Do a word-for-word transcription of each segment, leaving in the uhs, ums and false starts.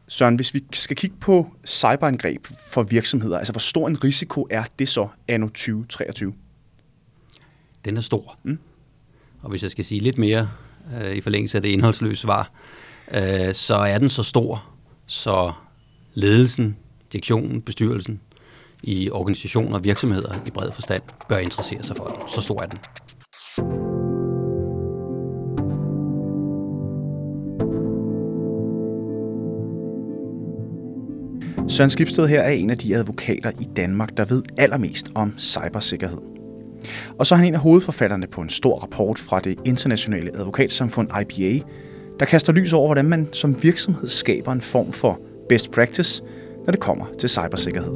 Søren, hvis vi skal kigge på cyberangreb for virksomheder, altså hvor stor en risiko er det så anno tyve treogtyve? Den er stor. Mm. Og hvis jeg skal sige lidt mere øh, i forlængelse af det indholdsløse svar, øh, så er den så stor, så ledelsen, direktionen, bestyrelsen i organisationer og virksomheder i bred forstand bør interessere sig for den. Så stor er den. Søren Skibsted her er en af de advokater i Danmark, der ved allermest om cybersikkerhed. Og så er han en af hovedforfatterne på en stor rapport fra det internationale advokatsamfund I B A, der kaster lys over, hvordan man som virksomhed skaber en form for best practice, når det kommer til cybersikkerhed.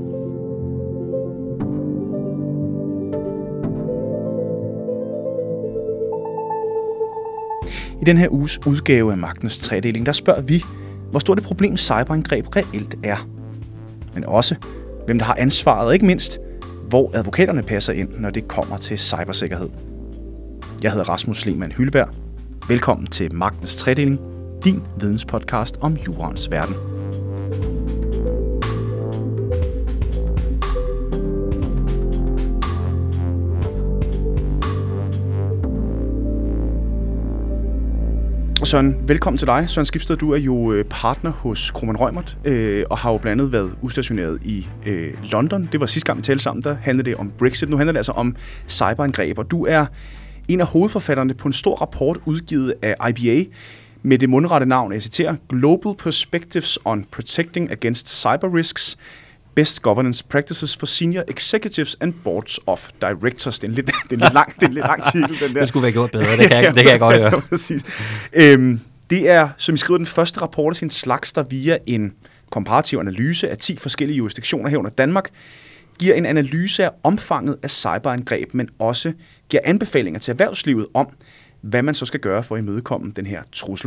I den her uges udgave af Magtens Tredeling, der spørger vi, hvor stort et problem cyberangreb reelt er. Men også, hvem der har ansvaret, og ikke mindst, hvor advokaterne passer ind, når det kommer til cybersikkerhed. Jeg hedder Rasmus Lehmann Hylleberg. Velkommen til Magtens Tredeling, din videnspodcast om juraens verden. Søren, velkommen til dig. Søren Skibsted, du er jo partner hos Kromann Reumert øh, og har jo blandt andet været udstationeret i øh, London. Det var sidste gang, vi talte sammen, der handlede det om Brexit. Nu handler det altså om cyberangreb, og du er en af hovedforfatterne på en stor rapport udgivet af I B A med det mundrette navn, jeg citerer, Global Perspectives on Protecting Against Cyber Risks, Best Governance Practices for Senior Executives and Boards of Directors. Det er en lidt, det er en lidt lang, det er en lidt lang titel, den der. Det skulle være gjort bedre, det kan jeg, det kan jeg godt høre. Ja, præcis. Øhm, det er, som I skriver, den første rapport af sin slags, der via en komparativ analyse af ti forskellige jurisdiktioner herunder Danmark, giver en analyse af omfanget af cyberangreb, men også giver anbefalinger til erhvervslivet om, hvad man så skal gøre for at imødekomme den her trussel.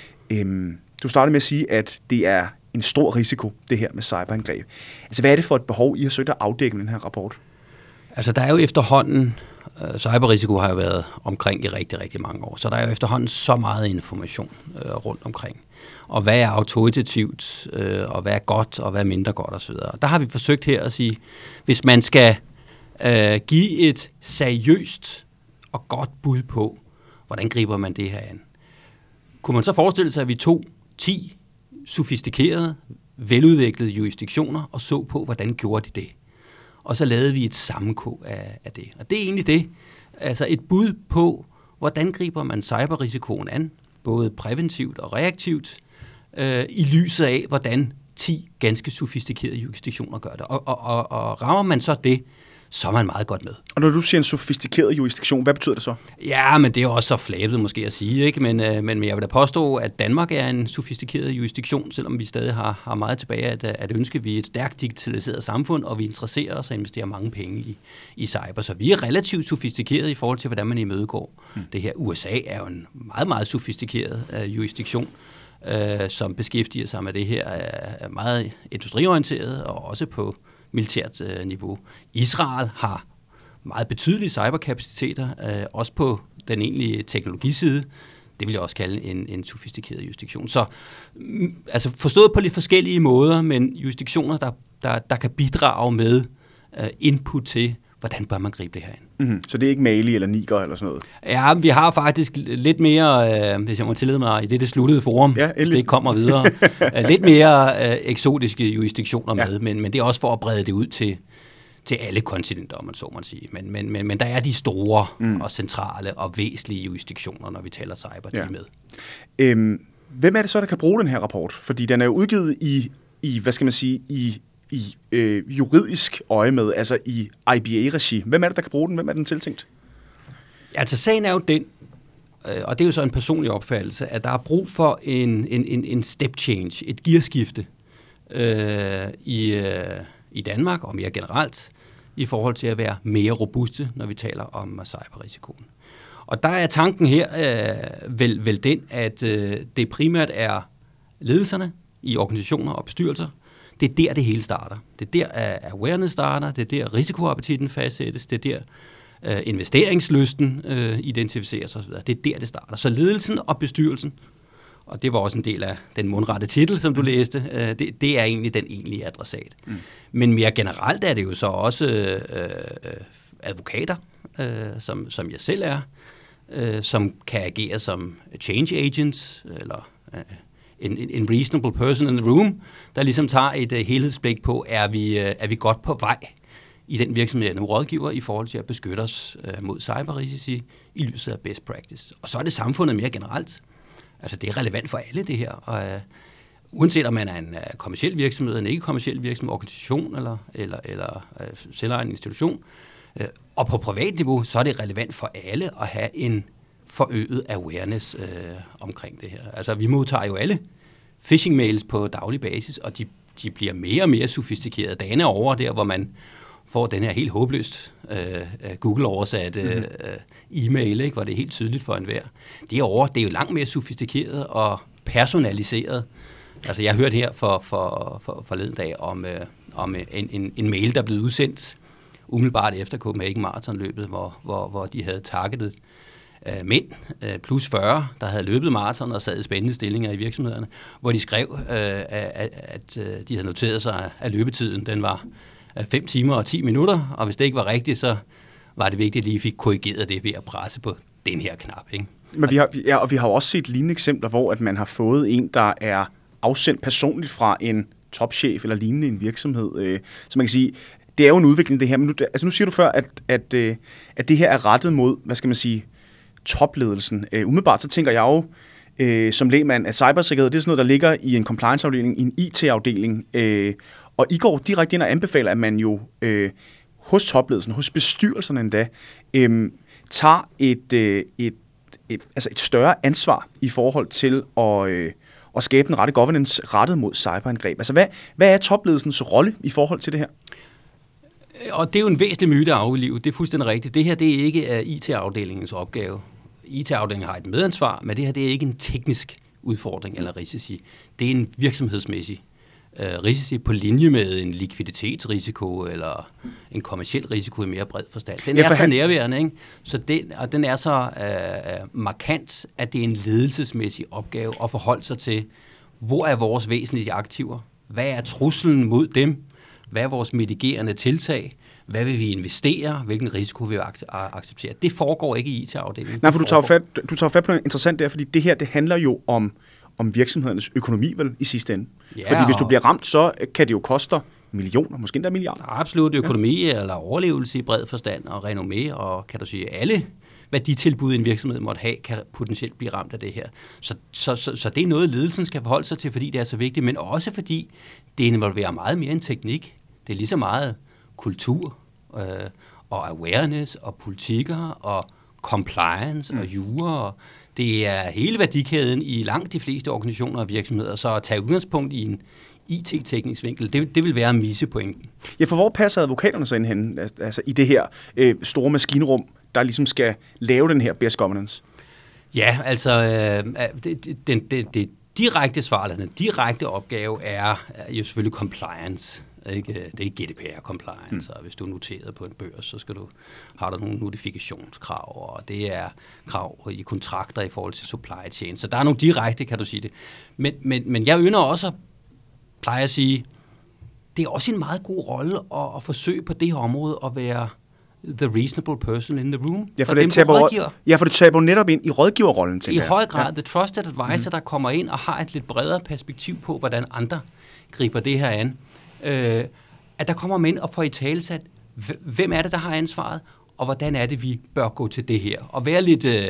Øhm, du startede med at sige, at det er en stor risiko, det her med cyberangreb. Altså, hvad er det for et behov, I har søgt at afdække med den her rapport? Altså, der er jo efterhånden, øh, cyberrisiko har jo været omkring i rigtig, rigtig mange år, så der er jo efterhånden så meget information øh, rundt omkring. Og hvad er autoritativt, øh, og hvad er godt, og hvad er mindre godt osv. Der har vi forsøgt her at sige, hvis man skal øh, give et seriøst og godt bud på, hvordan griber man det her an, kunne man så forestille sig, at vi tog ti sofistikerede, veludviklede jurisdiktioner og så på, hvordan gjorde de det. Og så lavede vi et sammenkog af, af det. Og det er egentlig det. Altså et bud på, hvordan griber man cyberrisikoen an, både præventivt og reaktivt, øh, i lyset af, hvordan ti ganske sofistikerede jurisdiktioner gør det. Og, og, og, og rammer man så det, så er man meget godt med. Og når du siger en sofistikeret jurisdiktion, hvad betyder det så? Ja, men det er også så flabet måske at sige, ikke? Men, øh, men jeg vil da påstå, at Danmark er en sofistikeret jurisdiktion, selvom vi stadig har, har meget tilbage at, at ønske. Vi er et stærkt digitaliseret samfund, og vi interesserer os og investerer mange penge i, i cyber. Så vi er relativt sofistikeret i forhold til, hvordan man imødegår hmm. det her. U S A er jo en meget, meget sofistikeret øh, jurisdiktion, øh, som beskæftiger sig med det her, er meget industriorienteret og også på militært øh, niveau. Israel har meget betydelige cyberkapaciteter, øh, også på den egentlige teknologiside. Det vil jeg også kalde en, en sofistikeret jurisdiktion. Så mm, altså forstået på lidt forskellige måder, men jurisdiktioner, der, der, der kan bidrage med øh, input til, hvordan bør man gribe det her ind. Mm-hmm. Så det er ikke Mali eller Niger eller sådan noget? Ja, vi har faktisk lidt mere, øh, hvis jeg må tillade mig, i det, det sluttede forum, ja, hvis det ikke kommer videre, øh, lidt mere øh, eksotiske jurisdiktioner ja. med, men, men det er også for at brede det ud til, til alle kontinenter, om man så må sige. Men, men, men, men der er de store mm. og centrale og væsentlige jurisdiktioner, når vi taler cyber, ja. de er med. Øhm, hvem er det så, der kan bruge den her rapport? Fordi den er jo udgivet i, i hvad skal man sige, i i øh, juridisk øje med, altså i I B A-regi. Hvem er det, der kan bruge den? Hvem er den tiltænkt? Altså sagen er jo den, øh, og det er jo så en personlig opfattelse, at der er brug for en, en, en, en step change, et gearskifte øh, i, øh, i Danmark og mere generelt i forhold til at være mere robuste, når vi taler om cyberrisikoen. Og der er tanken her øh, vel, vel den, at øh, det primært er ledelserne i organisationer og bestyrelser. Det er der, det hele starter. Det er der, awareness starter, det er der, risikoappetitten fastsættes, det er der, uh, investeringslysten uh, identificeres osv. Det er der, det starter. Så ledelsen og bestyrelsen og det var også en del af den mundrette titel, som du læste, øh, det, det er egentlig den egentlige adressat. Mm. Men mere generelt er det jo så også øh, advokater, øh, som, som jeg selv er, øh, som kan agere som change agents, eller øh, en, en reasonable person in the room, der ligesom tager et uh, helhedsblik på, er vi, uh, er vi godt på vej i den virksomhed, jeg nu rådgiver, i forhold til at beskytte os uh, mod cyberrisici i lyset af best practice. Og så er det samfundet mere generelt. Altså det er relevant for alle det her. Og, uh, uanset om man er en uh, kommerciel virksomhed, en ikke-kommerciel virksomhed, organisation eller, eller, eller uh, selvejende institution. Uh, og på privat niveau, så er det relevant for alle at have en forøget awareness øh, omkring det her. Altså, vi modtager jo alle phishing-mails på daglig basis, og de, de bliver mere og mere sofistikerede. Dagen er over der, hvor man får den her helt håbløst øh, Google-oversatte øh, e-mail, ikke, hvor det er helt tydeligt for enhver. Det er over, det er jo langt mere sofistikeret og personaliseret. Altså, jeg hørte her for, for, for, forleden dag om, øh, om en, en, en mail, der er blevet udsendt umiddelbart efter Copenhagen Marathon-løbet, hvor, hvor, hvor de havde targetet Uh, mænd, uh, plus fyrre, der havde løbet maraton og sad i spændende stillinger i virksomhederne, hvor de skrev, uh, at, at uh, de havde noteret sig, at løbetiden den var fem uh, timer og ti minutter, og hvis det ikke var rigtigt, så var det vigtigt, at lige fik korrigeret det ved at presse på den her knap. Ikke? Men vi har, ja, og vi har også set lignende eksempler, hvor at man har fået en, der er afsendt personligt fra en topchef eller lignende en virksomhed. Uh, så man kan sige, det er jo en udvikling det her, men nu, altså nu siger du før, at, at, uh, at det her er rettet mod, hvad skal man sige, topledelsen. Uh, umiddelbart så tænker jeg jo, uh, som lægmand, at cybersikkerhed, det er sådan noget, der ligger i en compliance-afdeling, i en I T-afdeling, uh, og I går direkte ind og anbefaler, at man jo uh, hos topledelsen, hos bestyrelserne endda, um, tager et, uh, et, et, altså et større ansvar i forhold til at, uh, at skabe en rette governance rettet mod cyberangreb. Altså hvad, hvad er topledelsens rolle i forhold til det her? Og det er jo en væsentlig myte at aflive, det er fuldstændig rigtigt. Det her, det er ikke uh, I T-afdelingens opgave. I T-afdelingen har et medansvar, men det her, det er ikke en teknisk udfordring eller risici. Det er en virksomhedsmæssig uh, risici på linje med en likviditetsrisiko eller en kommerciel risiko i mere bred forstand. Den ja, er så han... nærværende, ikke? Så den, og den er så uh, markant, at det er en ledelsesmæssig opgave at forholde sig til, hvor er vores væsentlige aktiver? Hvad er truslen mod dem? Hvad er vores mitigerende tiltag? Hvad vil vi investere? Hvilken risiko vil vi acceptere? Det foregår ikke i I T-afdelingen. Nej, for du tager, fat, du tager fat på noget interessant der, fordi det her, det handler jo om, om virksomhedernes økonomi vel i sidste ende. Ja, fordi hvis du bliver ramt, så kan det jo koste millioner, måske endda milliarder. Absolut økonomi ja. Eller overlevelse i bred forstand og renommé, og kan du sige, alle værditilbud en virksomhed måtte have, kan potentielt blive ramt af det her. Så, så, så, så det er noget, ledelsen skal forholde sig til, fordi det er så vigtigt, men også fordi det involverer meget mere end teknik. Det er lige så meget kultur øh, og awareness og politikker og compliance mm. og jura. Det er hele værdikæden i langt de fleste organisationer og virksomheder, så at tage udgangspunkt i en I T-teknisk vinkel, det, det vil være en missepointen. Ja, for hvor passer advokaterne så ind hen, altså i det her øh, store maskinrum, der ligesom skal lave den her best governance? Ja, altså øh, det, det, det, det direkte svar, eller den direkte opgave er, er jo selvfølgelig compliance. Ikke? Det er ikke G D P R-compliance, mm. og hvis du er noteret på en børs, så skal du, har du nogle notifikationskrav, og det er krav i kontrakter i forhold til supply chain. Så der er nogle direkte, kan du sige det. Men, men, men jeg ynder også, plejer at sige, det er også en meget god rolle at, at forsøge på det her område at være the reasonable person in the room. Ja, for, for det taber, ja, for det taber netop ind i rådgiverrollen, tænker I høj grad, ja. The trusted advisor, mm. der kommer ind og har et lidt bredere perspektiv på, hvordan andre griber det her an. Øh, at der kommer man ind og får i talesat, hvem er det, der har ansvaret, og hvordan er det, vi bør gå til det her. Og være lidt øh,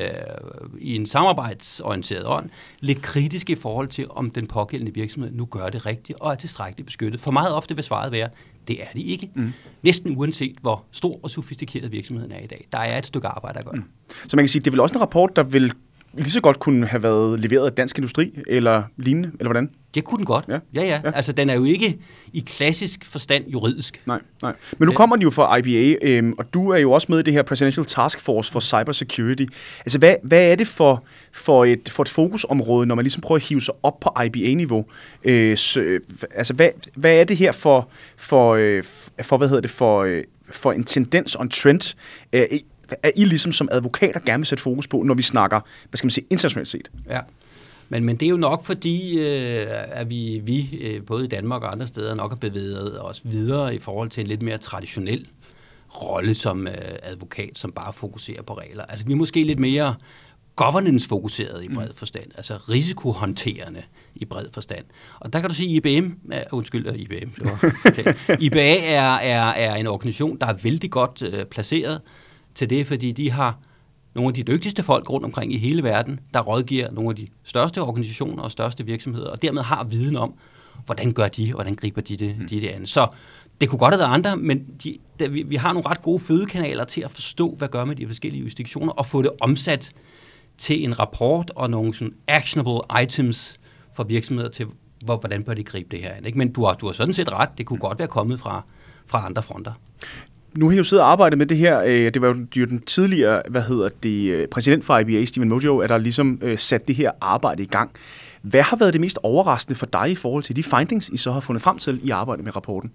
i en samarbejdsorienteret ånd, lidt kritisk i forhold til, om den pågældende virksomhed nu gør det rigtigt og er tilstrækkeligt beskyttet. For meget ofte vil svaret være, det er de ikke. Mm. Næsten uanset, hvor stor og sofistikeret virksomheden er i dag. Der er et stykke arbejde at gøre. Mm. Så man kan sige, det er vel også en rapport, der vil lige så godt kunne have været leveret af Dansk Industri, eller lignende, eller hvordan? Det kunne den godt. Ja, ja. ja. ja. Altså, den er jo ikke i klassisk forstand juridisk. Nej, nej. Men nu kommer den jo fra I B A, øhm, og du er jo også med i det her Presidential Task Force for Cybersecurity. Altså, hvad, hvad er det for, for, et, for et fokusområde, når man ligesom prøver at hive sig op på I B A-niveau? Øh, så, altså, hvad, hvad er det her for, for, øh, for hvad hedder det, for, øh, for en tendens og en trend, øh, er I ligesom som advokater gerne vil sætte fokus på, når vi snakker, hvad skal man sige, internationalt set? Ja, Men, men det er jo nok fordi, øh, at vi, vi øh, både i Danmark og andre steder nok har bevæget os videre i forhold til en lidt mere traditionel rolle som øh, advokat, som bare fokuserer på regler. Altså vi er måske lidt mere governance-fokuseret i bred forstand, mm. altså risikohåndterende i bred forstand. Og der kan du sige, at I B M, uh, undskyld, I B M, I B A er, er, er en organisation, der er vældig godt uh, placeret til det, fordi de har nogle af de dygtigste folk rundt omkring i hele verden, der rådgiver nogle af de største organisationer og største virksomheder, og dermed har viden om, hvordan gør de, og hvordan griber de det, mm. de det andet. Så det kunne godt have været andre, men de, der, vi, vi har nogle ret gode fødekanaler til at forstå, hvad gør med de forskellige jurisdiktioner, og få det omsat til en rapport og nogle sådan actionable items for virksomheder til, hvor, hvordan bør de gribe det her an. Ikke? Men du har, du har sådan set ret, det kunne godt være kommet fra, fra andre fronter. Nu har I jo siddet og arbejdet med det her. Det var jo den tidligere, hvad hedder det, præsident for I B A, Stephen Mojo, at der ligesom sat det her arbejde i gang. Hvad har været det mest overraskende for dig i forhold til de findings, I så har fundet frem til i arbejdet med rapporten?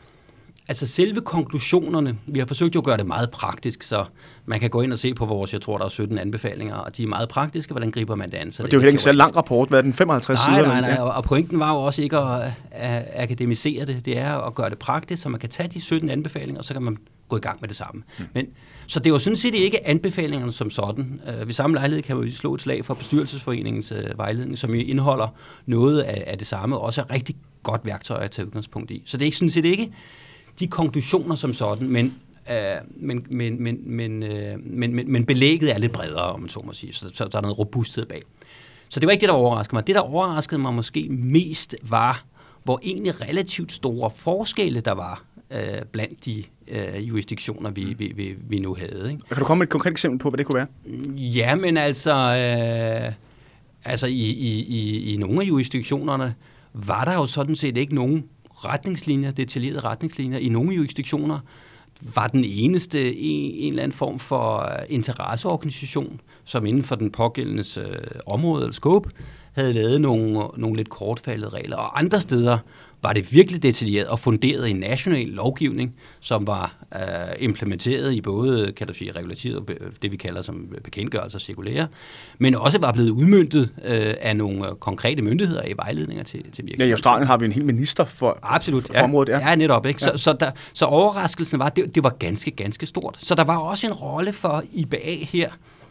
Altså selve konklusionerne, vi har forsøgt jo at gøre det meget praktisk, så man kan gå ind og se på vores, jeg tror der er sytten anbefalinger, og de er meget praktiske, hvordan griber man det an. Så og det er jo heller ikke så lang rapport, hvad er den, femoghalvtreds nej, sider? Nej, nej, nej, og pointen var jo også ikke at, at akademisere det, det er at gøre det praktisk, så man kan tage de sytten anbefalinger, og så kan man gå i gang med det samme. Hmm. Men, så det er jo sådan set ikke anbefalingerne som sådan. Ved samme lejlighed kan vi slå et slag for bestyrelsesforeningens øh, vejledning, som jo indeholder noget af, af det samme, og også er rigtig godt værktøj at tage udgangspunkt i. Så det er sådan set ikke de konklusioner som sådan, men, øh, men, men, men, men, øh, men, men, men belægget er lidt bredere, om man så må sige, så, så der er noget robusthed bag. Så det var ikke det, der overraskede mig. Det, der overraskede mig måske mest, var, hvor egentlig relativt store forskelle der var øh, blandt de øh, jurisdiktioner, vi, vi, vi, vi nu havde. Ikke? Kan du komme med et konkret eksempel på, hvad det kunne være? Ja, men altså, øh, altså i, i, i, i nogle af jurisdiktionerne var der jo sådan set ikke nogen retningslinjer, detaljerede retningslinjer. I nogle jurisdiktioner var den eneste en, en eller anden form for interesseorganisation, som inden for den pågældendes øh, område eller scope, havde lavet nogle, nogle lidt kortfaldede regler. Og andre steder var det virkelig detaljeret og funderet i national lovgivning, som var øh, implementeret i både, kan du sige, regulativet, det vi kalder som bekendtgørelser og cirkulære, men også var blevet udmøntet øh, af nogle konkrete myndigheder i vejledninger til, til virksomheder. Ja, i Australien har vi en hel minister for, Absolut, for, for området. Ja, ja netop. Ikke? Ja. Så, så, der, så overraskelsen var, det, det var ganske, ganske stort. Så der var også en rolle for I B A her,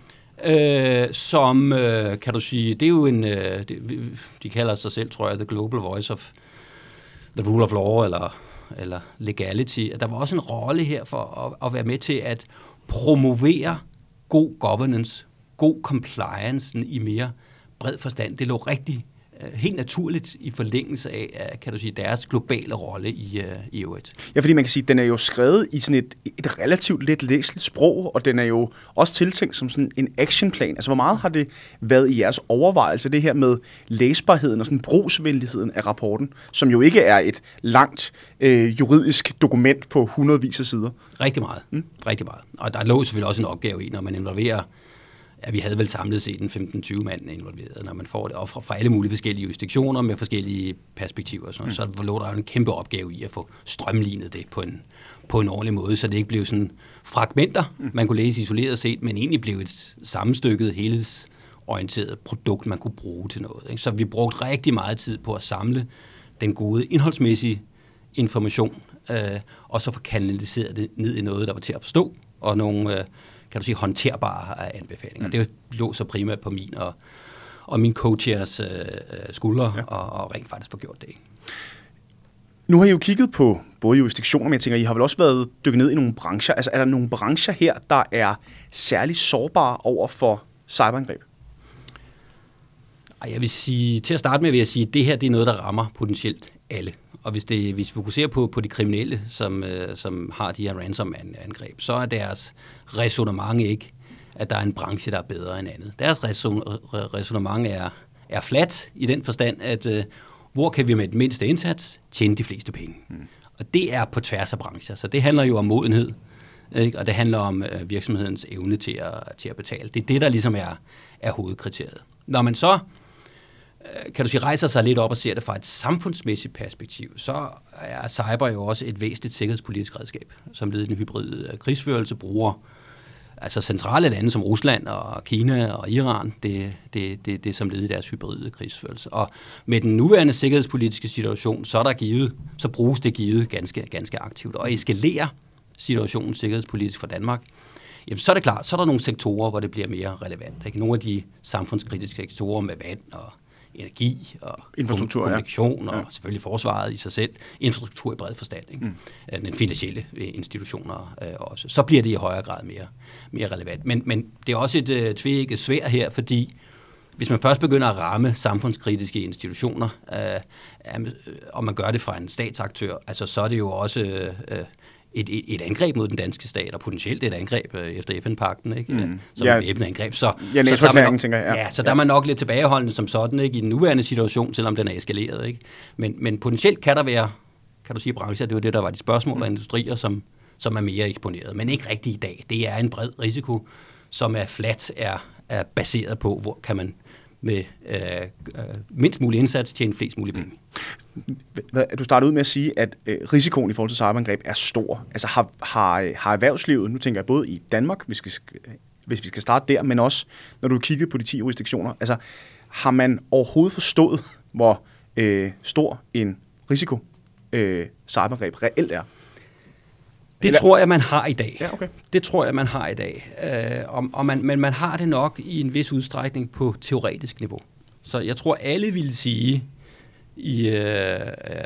Øh, som, øh, kan du sige, det er jo en, øh, de, de kalder sig selv, tror jeg, the global voice of the rule of law, eller, eller legality. Der var også en rolle her for at, at være med til at promovere god governance, god compliance i mere bred forstand. Det lå rigtig helt naturligt i forlængelse af, kan du sige, deres globale rolle i, i øvrigt. Ja, fordi man kan sige, at den er jo skrevet i sådan et, et relativt let læseligt sprog, og den er jo også tiltænkt som sådan en actionplan. Altså, hvor meget har det været i jeres overvejelse, det her med læsbarheden og sådan brugsvenligheden af rapporten, som jo ikke er et langt øh, juridisk dokument på hundredvis af sider? Rigtig meget. Mm. Rigtig meget. Og der lå selvfølgelig også en opgave i, når man involverer. Ja, vi havde vel samlet set en femten til tyve mand involveret, når man får det, og fra, fra alle mulige forskellige jurisdiktioner med forskellige perspektiver. Sådan. Mm. Så lå der jo en kæmpe opgave i at få strømlignet det på en, på en ordentlig måde, så det ikke blev sådan fragmenter, mm. man kunne læse isoleret set, men egentlig blev et sammenstykket, helhedsorienteret produkt, man kunne bruge til noget. Ikke? Så vi brugte rigtig meget tid på at samle den gode indholdsmæssige information, øh, og så få kanaliseret det ned i noget, der var til at forstå, og nogle... Øh, kan du sige, håndterbare anbefalinger. Mm. Det lå så primært på min og, og min coaches øh, skuldre, ja. og, og rent faktisk få gjort det. Nu har I jo kigget på både jurisdiktioner, men jeg tænker, I har vel også været dykket ned i nogle brancher. Altså, er der nogle brancher her, der er særlig sårbare over for cyberangreb? Jeg vil sige, til at starte med vil jeg sige, at det her det er noget, der rammer potentielt alle. Og hvis, det, hvis vi fokuserer på, på de kriminelle, som, øh, som har de her ransom-angreb, så er deres ræsonnement ikke, at der er en branche, der er bedre end andet. Deres ræsonnement er, er flat i den forstand, at øh, hvor kan vi med den mindste indsats tjene de fleste penge? Mm. Og det er på tværs af brancher. Så det handler jo om modenhed, ikke? Og det handler om øh, virksomhedens evne til at, til at betale. Det er det, der ligesom er, er hovedkriteriet. Når man så kan du sige, rejser sig lidt op og ser det fra et samfundsmæssigt perspektiv, så er cyber jo også et væsentligt sikkerhedspolitisk redskab, som led i den hybride krigsførelse bruger altså centrale lande som Rusland og Kina og Iran, det, det, det, det er som led i deres hybride krigsførelse. Og med den nuværende sikkerhedspolitiske situation, så er der givet, så bruges det givet ganske, ganske aktivt. Og eskalerer situationen sikkerhedspolitisk for Danmark, jamen, så er det klart, så er der nogle sektorer, hvor det bliver mere relevant. Ikke? Nogle af de samfundskritiske sektorer med vand og energi og infrastruktur, kommunikation ja. og Ja. selvfølgelig forsvaret i sig selv, infrastruktur i bred forstand, ikke? Mm. Den finansielle institutioner øh, også. Så bliver det i højere grad mere, mere relevant. Men, men det er også et øh, tveægget sværd her, fordi hvis man først begynder at ramme samfundskritiske institutioner, øh, øh, og man gør det fra en statsaktør, altså så er det jo også øh, Et, et, et angreb mod den danske stat, og potentielt et angreb øh, efter F N-pagten, ikke? Mm. Som ja. et væbnet angreb. Så, ja, så, der, man nok, tænker jeg. Ja. Ja, så der er man nok lidt tilbageholdende som sådan, ikke? I den nuværende situation, selvom den er eskaleret. Ikke? Men, men potentielt kan der være, kan du sige, brancher, det var det, der var de spørgsmål, og industrier, som, som er mere eksponeret. Men ikke rigtigt i dag. Det er en bred risiko, som er flat, er, er baseret på, hvor kan man med øh, øh, mindst mulig indsats tjene flest mulige penge. Du startede ud med at sige, at øh, risikoen i forhold til cyberangreb er stor. Altså har, har, har erhvervslivet, nu tænker jeg både i Danmark, hvis vi, skal, hvis vi skal starte der, men også når du kigger på de ti jurisdiktioner, altså har man overhovedet forstået, hvor øh, stor en risiko øh, cyberangreb reelt er? Det Eller? tror jeg, man har i dag. Ja, okay. Det tror jeg, man har i dag. Øh, og, og man, men man har det nok i en vis udstrækning på teoretisk niveau. Så jeg tror, alle vil sige, i, øh,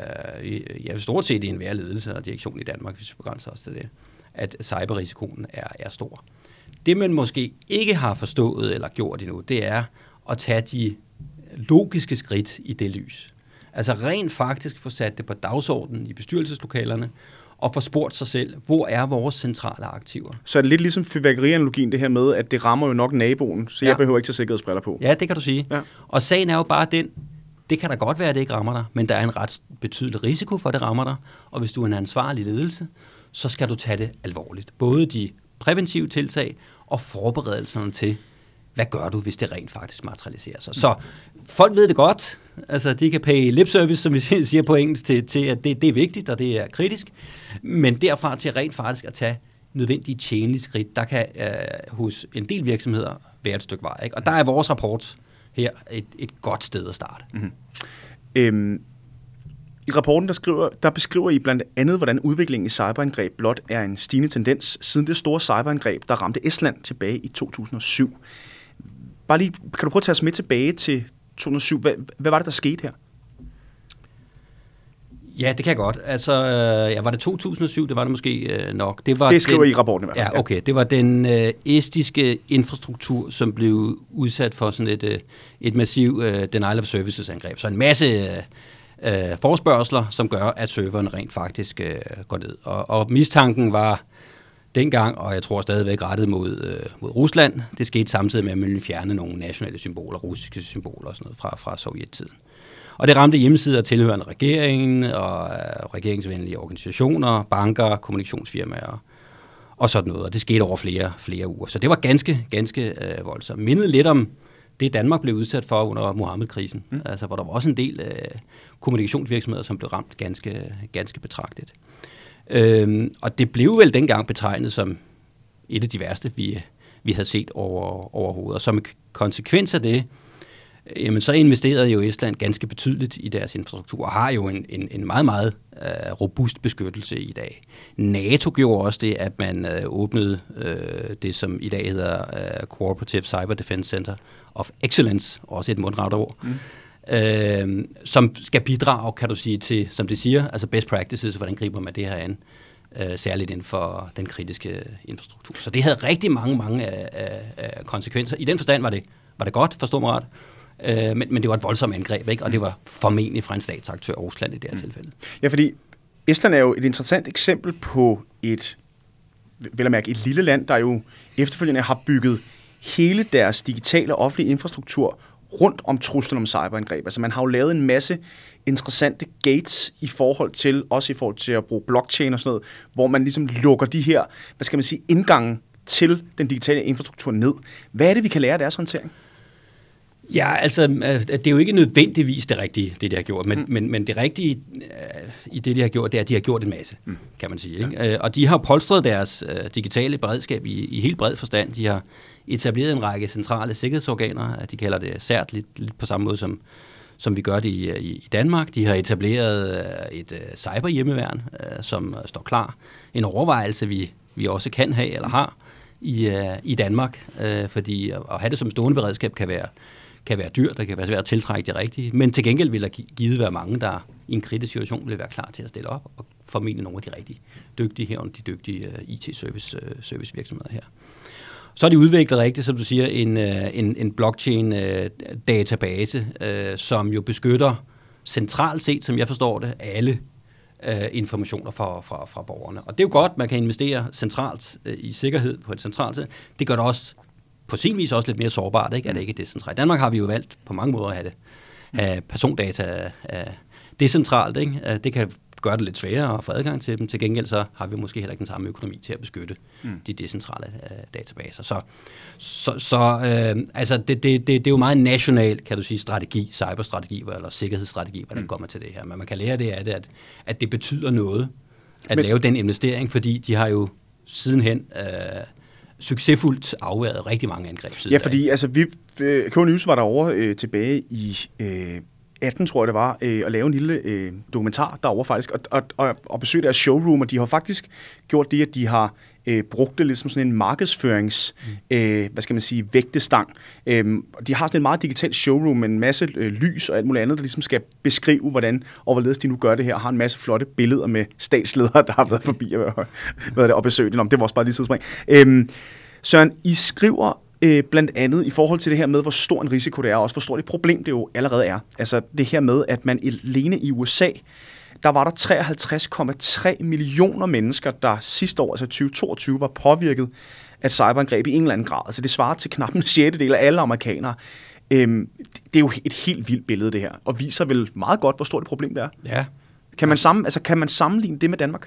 i ja, stort set i enhver ledelse og direktion i Danmark, hvis vi begrænser os til det, at cyberrisikoen er, er stor. Det, man måske ikke har forstået eller gjort endnu, det er at tage de logiske skridt i det lys. Altså rent faktisk få sat det på dagsordenen i bestyrelseslokalerne, og få spurgt sig selv, hvor er vores centrale aktiver? Så er det lidt ligesom fyrværkerianalogien, det her med, at det rammer jo nok naboen, så ja. jeg behøver ikke tage sikkerhedsbriller på. Ja, det kan du sige. Ja. Og sagen er jo bare den, det kan da godt være, at det ikke rammer dig, men der er en ret betydelig risiko for, at det rammer dig, og hvis du er en ansvarlig ledelse, så skal du tage det alvorligt. Både de præventive tiltag og forberedelserne til, hvad gør du, hvis det rent faktisk materialiserer sig. Så folk ved det godt, altså de kan pay lip service, som vi siger på engelsk, til, til at det, det er vigtigt, og det er kritisk, men derfra til rent faktisk at tage nødvendige tjenlige skridt, der kan øh, hos en del virksomheder være et stykke vej. Ikke? Og der er vores rapport her et, et godt sted at starte. Mm-hmm. Øhm, I rapporten, der, skriver, der beskriver I blandt andet, hvordan udviklingen i cyberangreb blot er en stigende tendens siden det store cyberangreb, der ramte Estland tilbage i to tusind og syv. Bare lige, kan du prøve at tage os med tilbage til to tusind og syv? Hvad, hvad var det, der skete her? Ja, det kan jeg godt. Altså, ja, var det to tusind og syv? Det var det måske øh, nok. Det, var det skriver den, I rapporten i hvert fald. Ja, okay. Det var den øh, estiske infrastruktur, som blev udsat for sådan et, øh, et massiv øh, denial of services angreb. Så en masse øh, forespørgsler, som gør, at serveren rent faktisk øh, går ned. Og, og mistanken var dengang, og jeg tror stadigvæk rettet mod, øh, mod Rusland. Det skete samtidig med, at man ville fjerne nogle nationale symboler, russiske symboler og sådan noget fra, fra sovjettiden. Og det ramte hjemmesider tilhørende regeringen og øh, regeringsvenlige organisationer, banker, kommunikationsfirmaer og sådan noget. Og det skete over flere, flere uger. Så det var ganske, ganske øh, voldsomt. Mindet lidt om det, Danmark blev udsat for under Muhammed-krisen. Mm. Altså, hvor der var også en del øh, kommunikationsvirksomheder, som blev ramt ganske, ganske betragteligt. Øhm, og det blev vel dengang betegnet som et af de værste, vi, vi havde set over, overhovedet. Og som konsekvens af det, jamen, så investerede jo Estland ganske betydeligt i deres infrastruktur, og har jo en, en, en meget, meget øh, robust beskyttelse i dag. NATO gjorde også det, at man øh, åbnede øh, det, som i dag hedder øh, Cooperative Cyber Defense Center of Excellence, også et mundret ord, mm. øh, som skal bidrage, kan du sige, til, som det siger, altså best practices, hvordan griber man det her an, øh, særligt inden for den kritiske infrastruktur. Så det havde rigtig mange, mange øh, øh, konsekvenser. I den forstand var det, var det godt, forstå mig ret, øh, men, men det var et voldsomt angreb, ikke? Og det var formentlig fra en statsaktør, Rusland i det her mm. tilfælde. Ja, fordi Estland er jo et interessant eksempel på et, vel at mærke, et lille land, der jo efterfølgende har bygget hele deres digitale og offentlige infrastruktur rundt om truslen om cyberangreb. Altså man har jo lavet en masse interessante gates i forhold til, også i forhold til at bruge blockchain og sådan noget, hvor man ligesom lukker de her, hvad skal man sige, indgangen til den digitale infrastruktur ned. Hvad er det, vi kan lære af deres håndtering? Ja, altså, det er jo ikke nødvendigvis det rigtige, det de har gjort, men, mm. men, men det rigtige uh, i det, de har gjort, det er, at de har gjort en masse, mm. kan man sige. Ikke? Ja. Uh, og de har polstret deres uh, digitale beredskab i, i helt bred forstand. De har etableret en række centrale sikkerhedsorganer, de kalder det C E R T, lidt, lidt på samme måde som, som vi gør det i, i, i Danmark. De har etableret uh, et uh, cyberhjemmeværn, uh, som uh, står klar. En overvejelse, vi, vi også kan have eller har i, uh, i Danmark, uh, fordi at have det som stående beredskab kan være kan være dyrt, der kan være svært at tiltrække det rigtige, men til gengæld vil der givet være mange, der i en kritisk situation vil være klar til at stille op, og formentlig nogle af de rigtig dygtige her, de dygtige uh, I T-service uh, servicevirksomheder her. Så har de udviklet rigtigt, som du siger, en, uh, en, en blockchain-database, uh, uh, som jo beskytter centralt set, som jeg forstår det, alle uh, informationer fra, fra, fra borgerne. Og det er jo godt, man kan investere centralt uh, i sikkerhed på et centralt sted. Det gør det også på sin vis også lidt mere sårbart, ikke? Er det ikke decentralt. I Danmark har vi jo valgt på mange måder at have, det, have persondata uh, decentralt. Ikke? Det kan gøre det lidt sværere at få adgang til dem. Til gengæld så har vi måske heller ikke den samme økonomi til at beskytte mm. de decentrale uh, databaser. Så, så, så uh, altså det, det, det, det er jo meget national, kan du sige, strategi, cyberstrategi eller sikkerhedsstrategi, hvordan mm. går man til det her. Men man kan lære det af det, at, at det betyder noget at Men, lave den investering, fordi de har jo sidenhen uh, succesfuldt afværet rigtig mange angreb. Ja, fordi altså, vi, K News var derovre øh, tilbage i øh, atten, tror jeg det var, øh, at lave en lille øh, dokumentar derovre faktisk, og, og, og, og besøge deres showroom, og de har faktisk gjort det, at de har øh, brugt det lidt som sådan en markedsførings, mm. øh, hvad skal man sige, vægtestang. Øh, de har sådan en meget digital showroom med en masse øh, lys og alt muligt andet, der ligesom skal beskrive, hvordan og hvorledes de nu gør det her, og har en masse flotte billeder med statsledere, der har været forbi og, hvad det, og besøgt dem. Det var også bare lige sidespring. Øh, Søren, I skriver øh, blandt andet i forhold til det her med, hvor stor en risiko det er, og også hvor stort et problem det jo allerede er. Altså det her med, at man alene i U S A, der var der treoghalvtreds komma tre millioner mennesker, der sidste år, altså tyve toogtyve, var påvirket af cyberangreb i en eller anden grad. Altså det svarer til knap en sjettedel af alle amerikanere. Øhm, det er jo et helt vildt billede, det her, og viser vel meget godt, hvor stort et problem det er. Ja. Kan man, sammen, altså, kan man sammenligne det med Danmark?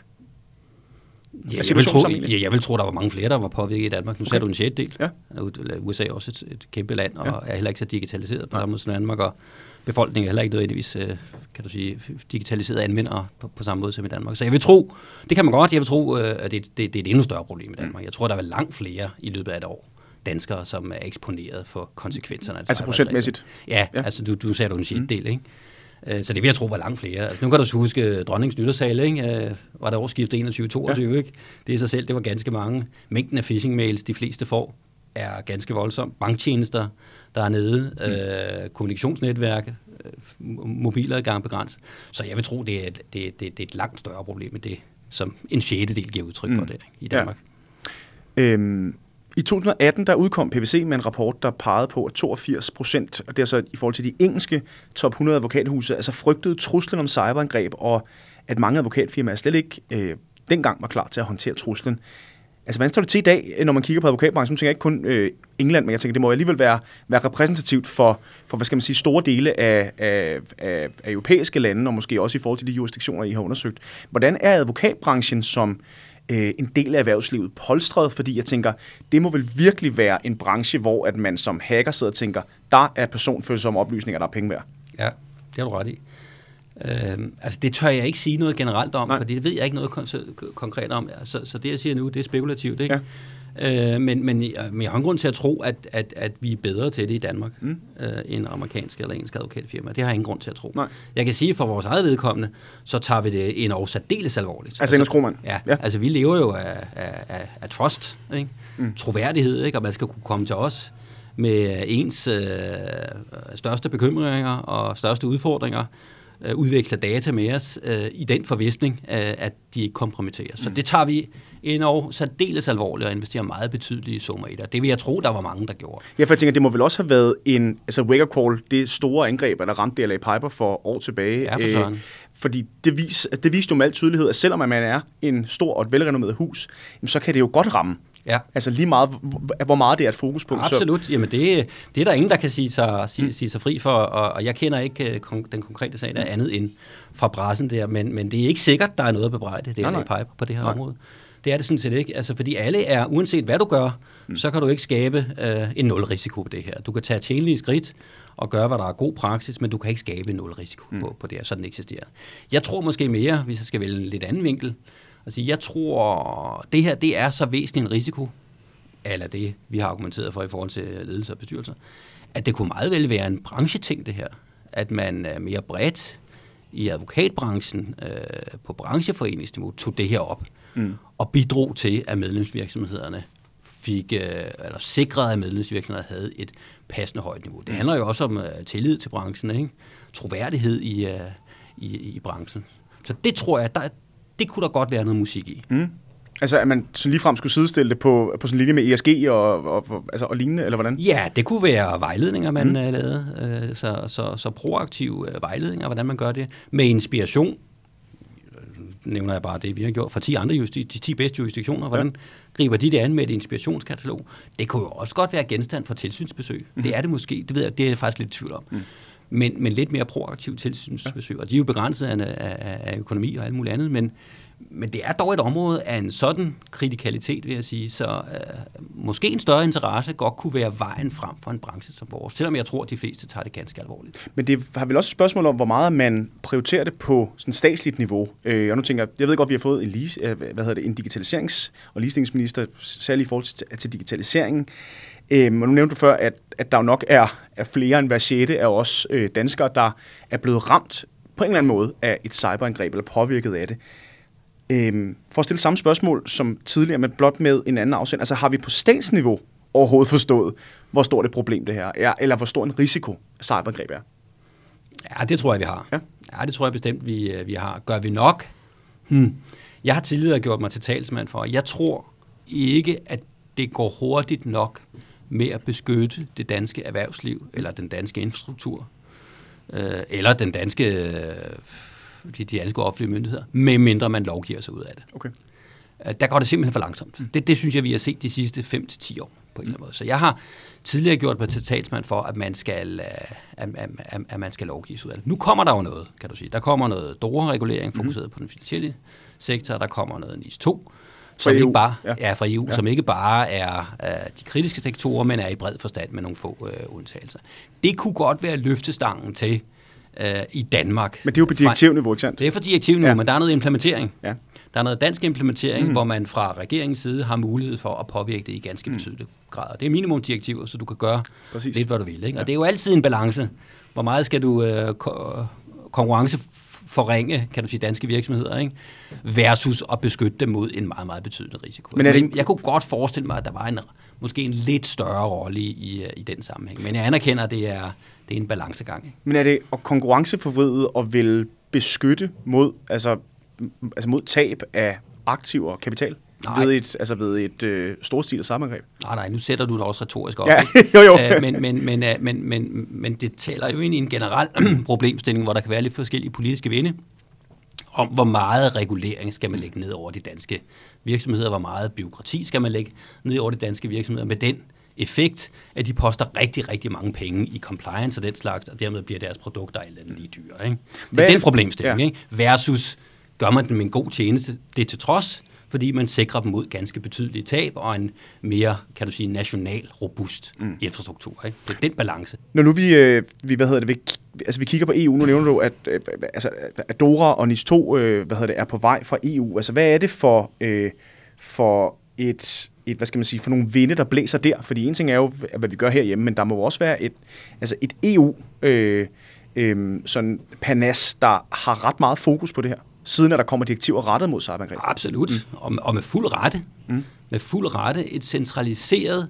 Ja, jeg, vil tro, ja, jeg vil tro, der var mange flere, der var påvirket i Danmark. Nu okay. sagde du en sjettedel. Ja. U S A er også et, et kæmpe land, og ja. er heller ikke så digitaliseret på samme måde som Danmark, og befolkningen er heller ikke nødvendigvis, kan du sige, digitaliseret anvendere på, på samme måde som i Danmark. Så jeg vil tro, det kan man godt, jeg vil tro, at det, det, det er et endnu større problem i Danmark. Jeg tror, der er langt flere i løbet af et år danskere, som er eksponeret for konsekvenserne. Altså procentmæssigt? Ja, ja, altså du, du sagde du en sjettedel, ikke? Så det vil jeg tro var langt flere. Altså, nu kan du huske dronningens nytårstale, ikke? Var der årsskiftet enogtyve toogtyve, ja. Ikke? Det i sig selv, det var ganske mange. Mængden af phishing-mails, de fleste får, er ganske voldsom. Banktjenester, der er nede, mm. øh, kommunikationsnetværk, øh, mobiladgang begrænset. Så jeg vil tro, det er, et, det, det, det er et langt større problem end det, som en sjettedel giver udtryk for mm. det i Danmark. Ja. Øhm. I to tusind og atten der udkom P V C med en rapport, der pegede på, at toogfirs procent, og det er så i forhold til de engelske top hundrede advokathuse, altså frygtede truslen om cyberangreb, og at mange advokatfirmaer slet ikke øh, dengang var klar til at håndtere truslen. Altså, hvordan står det til i dag, når man kigger på advokatbranchen? Nu tænker jeg ikke kun øh, England, men jeg tænker, det må alligevel være, være repræsentativt for, for, hvad skal man sige, store dele af, af, af, af europæiske lande, og måske også i forhold til de jurisdiktioner, I har undersøgt. Hvordan er advokatbranchen som en del af erhvervslivet polstret, fordi jeg tænker, det må vel virkelig være en branche, hvor at man som hacker sidder og tænker, der er personfølsomme oplysninger, der er penge værd. Ja, det har du ret i. Øhm, altså det tør jeg ikke sige noget generelt om, for det ved jeg ikke noget kon- konkret om. Så, så det jeg siger nu, det er spekulativt, ikke? Ja. Øh, men, men, men jeg har en grund til at tro, at, at, at vi er bedre til det i Danmark, mm. øh, end amerikanske eller engelske advokatfirma. Det har jeg ingen grund til at tro. Nej. Jeg kan sige, at for vores eget vedkommende, så tager vi det endnu særdeles alvorligt. Altså Anders Krohmann? Ja, ja, altså vi lever jo af, af, af, af trust, ikke? Mm. Troværdighed, ikke? Og man skal kunne komme til os med ens øh, største bekymringer og største udfordringer, øh, udveksle data med os øh, i den forvisning, øh, at de ikke kompromitterer. Så mm. det tager vi endnu særdeles alvorligt og investerer meget betydelige summer i det. Det vil jeg tro, der var mange, der gjorde. Ja, for jeg tænker, det må vel også have været en altså wake-up call, det store angreb, der ramte D L A Piper for år tilbage. Ja, for sådan. Øh, fordi det, vis, det viste jo med al tydelighed, at selvom man er en stor og et velrenommeret hus, så kan det jo godt ramme. Ja. Altså lige meget, hvor meget det er et fokuspunkt. Absolut. Jamen det, det er der ingen, der kan sige sig, sige, mm. sige sig fri for, og, og jeg kender ikke uh, kon- den konkrete sag, der er andet end fra pressen der, men, men det er ikke sikkert, der er noget at bebrejde, det er D L A Piper på det her nej. område. Det er det sådan set ikke. Altså, fordi alle er, uanset hvad du gør, mm. så kan du ikke skabe øh, en nulrisiko på det her. Du kan tage tjenlige skridt og gøre, hvad der er god praksis, men du kan ikke skabe en nulrisiko mm. på, på det her, så den eksisterer. Jeg tror måske mere, hvis jeg skal vælge en lidt anden vinkel, altså, jeg tror, det her det er så væsentlig en risiko, eller det, vi har argumenteret for i forhold til ledelse og bestyrelser, at det kunne meget vel være en brancheting, det her. At man er mere bredt i advokatbranchen øh, på brancheforeningsniveau tog det her op mm. og bidrog til, at medlemsvirksomhederne fik, øh, eller sikrede, at medlemsvirksomhederne havde et passende højt niveau. Det handler jo også om øh, tillid til branchen, ikke? Troværdighed i, øh, i, i branchen. Så det tror jeg, der, det kunne der godt være noget musik i. Mm. Altså, at man så ligefrem skulle sidestille det på, på sådan en linje med E S G og, og, altså, og lignende, eller hvordan? Ja, det kunne være vejledninger, man mm. lavede. Så, så, så proaktive vejledninger, hvordan man gør det. Med inspiration, nævner jeg bare det, vi har gjort fra ti andre justi- de ti bedste jurisdiktioner. Hvordan ja. griber de det an med et inspirationskatalog? Det kunne jo også godt være genstand for tilsynsbesøg. Mm. Det er det måske, det ved jeg, det er jeg faktisk lidt i tvivl om. Mm. Men, men lidt mere proaktiv tilsynsbesøg. Ja. Og de er jo begrænset af, af, af økonomi og alt muligt andet, men Men det er dog et område af en sådan kritikalitet, vil jeg sige, så øh, måske en større interesse godt kunne være vejen frem for en branche som vores, selvom jeg tror, at de fleste tager det ganske alvorligt. Men det har vel også et spørgsmål om, hvor meget man prioriterer det på sådan statsligt niveau. Øh, og nu tænker jeg, jeg ved godt, vi har fået en, lis, øh, hvad hedder det, en digitaliserings- og ligestillingsminister, særligt i forhold til, til digitaliseringen. Øh, men nu nævnte du før, at, at der jo nok er, er flere end hver sjette af os øh, danskere, der er blevet ramt på en eller anden måde af et cyberangreb eller påvirket af det. Øhm, for at stille samme spørgsmål som tidligere, men blot med en anden afsend. Altså har vi på statsniveau overhovedet forstået, hvor stort et problem det her er, eller hvor stor en risiko cyberangreb er? Ja, det tror jeg, vi har. Ja, ja det tror jeg bestemt, vi, vi har. Gør vi nok? Hmm. Jeg har tidligere gjort mig til talsmand for, jeg tror ikke, at det går hurtigt nok med at beskytte det danske erhvervsliv, eller den danske infrastruktur, øh, eller den danske... Øh, de, de danske offentlige myndigheder, med mindre man lovgiver sig ud af det. Okay. Der går det simpelthen for langsomt. Mm. Det, det synes jeg, vi har set de sidste fem til ti år på en eller anden måde. Så jeg har tidligere gjort mig til talsmand for, at man skal, at, at, at, at man skal lovgive sig ud af det. Nu kommer der jo noget, kan du sige. Der kommer noget DORA-regulering, fokuseret mm. på den finansielle sektor. Der kommer noget N I S to, som ikke bare ja. er fra E U, ja. som ikke bare er uh, de kritiske sektorer, men er i bred forstand med nogle få uh, undtagelser. Det kunne godt være løftestangen til i Danmark. Men det er jo på direktivniveau, ikke sandt? Det er for direktivniveau, ja. men der er noget implementering. Ja. Der er noget dansk implementering, mm. hvor man fra regeringens side har mulighed for at påvirke det i ganske mm. betydelig grad. Det er minimumdirektiver, så du kan gøre Præcis. lidt, hvad du vil. Ikke? Og ja. det er jo altid en balance. Hvor meget skal du øh, ko- konkurrenceforringe, kan du sige, danske virksomheder, ikke? Versus at beskytte dem mod en meget, meget betydelig risiko. Men, det... men jeg kunne godt forestille mig, at der var en, måske en lidt større rolle i, i, i den sammenhæng. Men jeg anerkender, at det er Det er en balancegang. Ikke? Men er det at konkurrenceforvride og vil beskytte mod, altså, altså mod tab af aktiver og kapital? Nej. Ved et, altså ved et øh, storstilet sammengreb? Nej, nej, nu sætter du det også retorisk op. Ja, jo, jo. Æ, men, men, men, men, men, men det taler jo ind i en generel problemstilling, hvor der kan være lidt forskellige politiske vinde, om hvor meget regulering skal man lægge ned over de danske virksomheder, hvor meget byråkrati skal man lægge ned over de danske virksomheder med den effekt, at de poster rigtig, rigtig mange penge i compliance og den slags, og dermed bliver deres produkter alt andet lige dyre. Ikke? Det er den problemstilling, ja. ikke? Versus gør man dem en god tjeneste, det til trods, fordi man sikrer dem mod ganske betydelige tab og en mere, kan du sige, national, robust mm. infrastruktur. Ikke? Det er den balance. Når nu vi, øh, vi hvad hedder det, vi, altså vi kigger på E U, nu nævner du, at, øh, altså, at DORA og N I S to øh, hvad hedder det, er på vej fra E U. Altså hvad er det for, øh, for et... et, hvad skal man sige, for nogle vinde, der blæser der? Fordi en ting er jo, hvad vi gør herhjemme, men der må også være et, altså et E U øh, øh, sådan panas, der har ret meget fokus på det her, siden at der kommer direktiver rettet mod cyberangreb. Absolut, mm. og, og med fuld rette. Mm. Med fuld rette et centraliseret,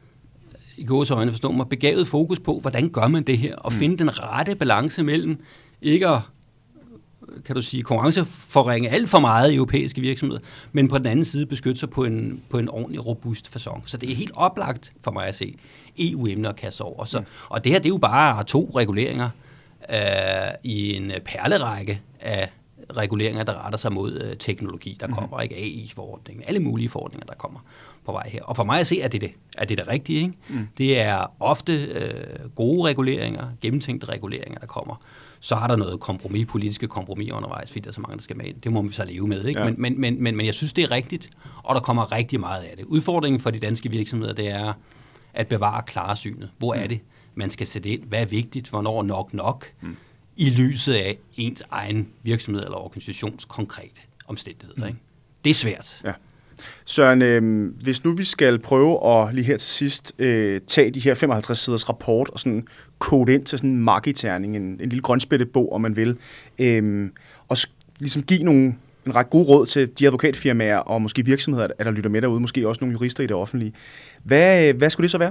i gåseøjne forstå mig, begavet fokus på, hvordan gør man det her, og mm. finde den rette balance mellem ikke at, kan du sige, konkurrenceforringe alt for meget i europæiske virksomheder, men på den anden side beskytte sig på en, på en ordentlig, robust facon. Så det er helt oplagt for mig at se E U-emner at kaste over. Så, og det her, det er jo bare to reguleringer øh, i en perlerække af reguleringer, der retter sig mod øh, teknologi, der kommer, mm. ikke A I-forordningen, alle mulige forordninger, der kommer på vej her. Og for mig at se, at det er det, at det, er det rigtige. Ikke? Mm. Det er ofte øh, gode reguleringer, gennemtænkte reguleringer, der kommer. Så er der noget kompromis, politiske kompromis undervejs, fordi der er så mange, der skal med ind. Det må vi så leve med. Ikke? Ja. Men, men, men, men, men jeg synes, det er rigtigt, og der kommer rigtig meget af det. Udfordringen for de danske virksomheder, det er at bevare klarsynet. Hvor er det, man skal sætte ind? Hvad er vigtigt? Hvornår nok nok? Mm. I lyset af ens egen virksomhed eller organisations konkrete omstændigheder. Mm. Ikke? Det er svært. Ja. Søren, øh, hvis nu vi skal prøve at lige her til sidst øh, tage de her femoghalvtreds siders rapport og sådan kode ind til sådan en marketerning, en, en lille grønspættebog, om man vil, øh, og ligesom give nogle, en ret gode råd til de advokatfirmaer og måske virksomheder, der lytter med derude, måske også nogle jurister i det offentlige. Hvad, hvad skulle det så være?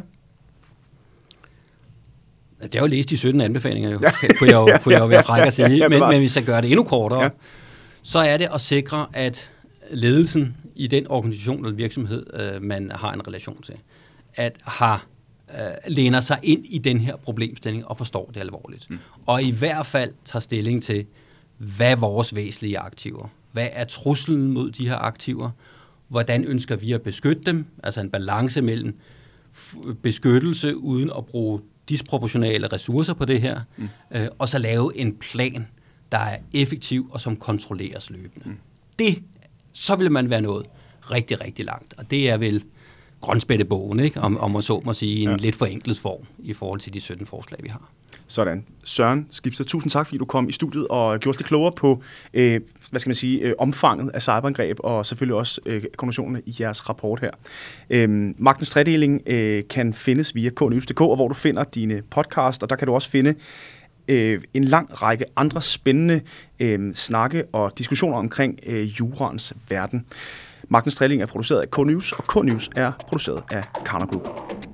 Det er jo læst de sytten anbefalinger, jo. kunne jeg jo, kunne jeg jo være fræk at sige. Men, men hvis jeg gør det endnu kortere, ja. så er det at sikre, at ledelsen i den organisation eller virksomhed, øh, man har en relation til, at har øh, læner sig ind i den her problemstilling og forstår det alvorligt. Mm. Og i hvert fald tager stilling til, hvad er vores væsentlige aktiver? Hvad er truslen mod de her aktiver? Hvordan ønsker vi at beskytte dem? Altså en balance mellem f- beskyttelse uden at bruge disproportionale ressourcer på det her, mm. øh, og så lave en plan, der er effektiv og som kontrolleres løbende. Mm. Det, så vil man være nået rigtig, rigtig langt. Og det er vel grønspættebogen, ikke? Om, om man så må sige, i en ja. lidt forenklet form i forhold til de sytten forslag, vi har. Sådan. Søren Skibsted, tusind tak, fordi du kom i studiet og gjorde os lidt klogere på, øh, hvad skal man sige, øh, omfanget af cyberangreb, og selvfølgelig også øh, konklusionerne i jeres rapport her. Øh, Magtens Tredeling øh, kan findes via k news punktum d k, og hvor du finder dine podcast, og der kan du også finde øh, en lang række andre spændende øh, snakke og diskussioner omkring øh, jurans verden. Magtens Tredeling er produceret af K News, og K News er produceret af Karner Group.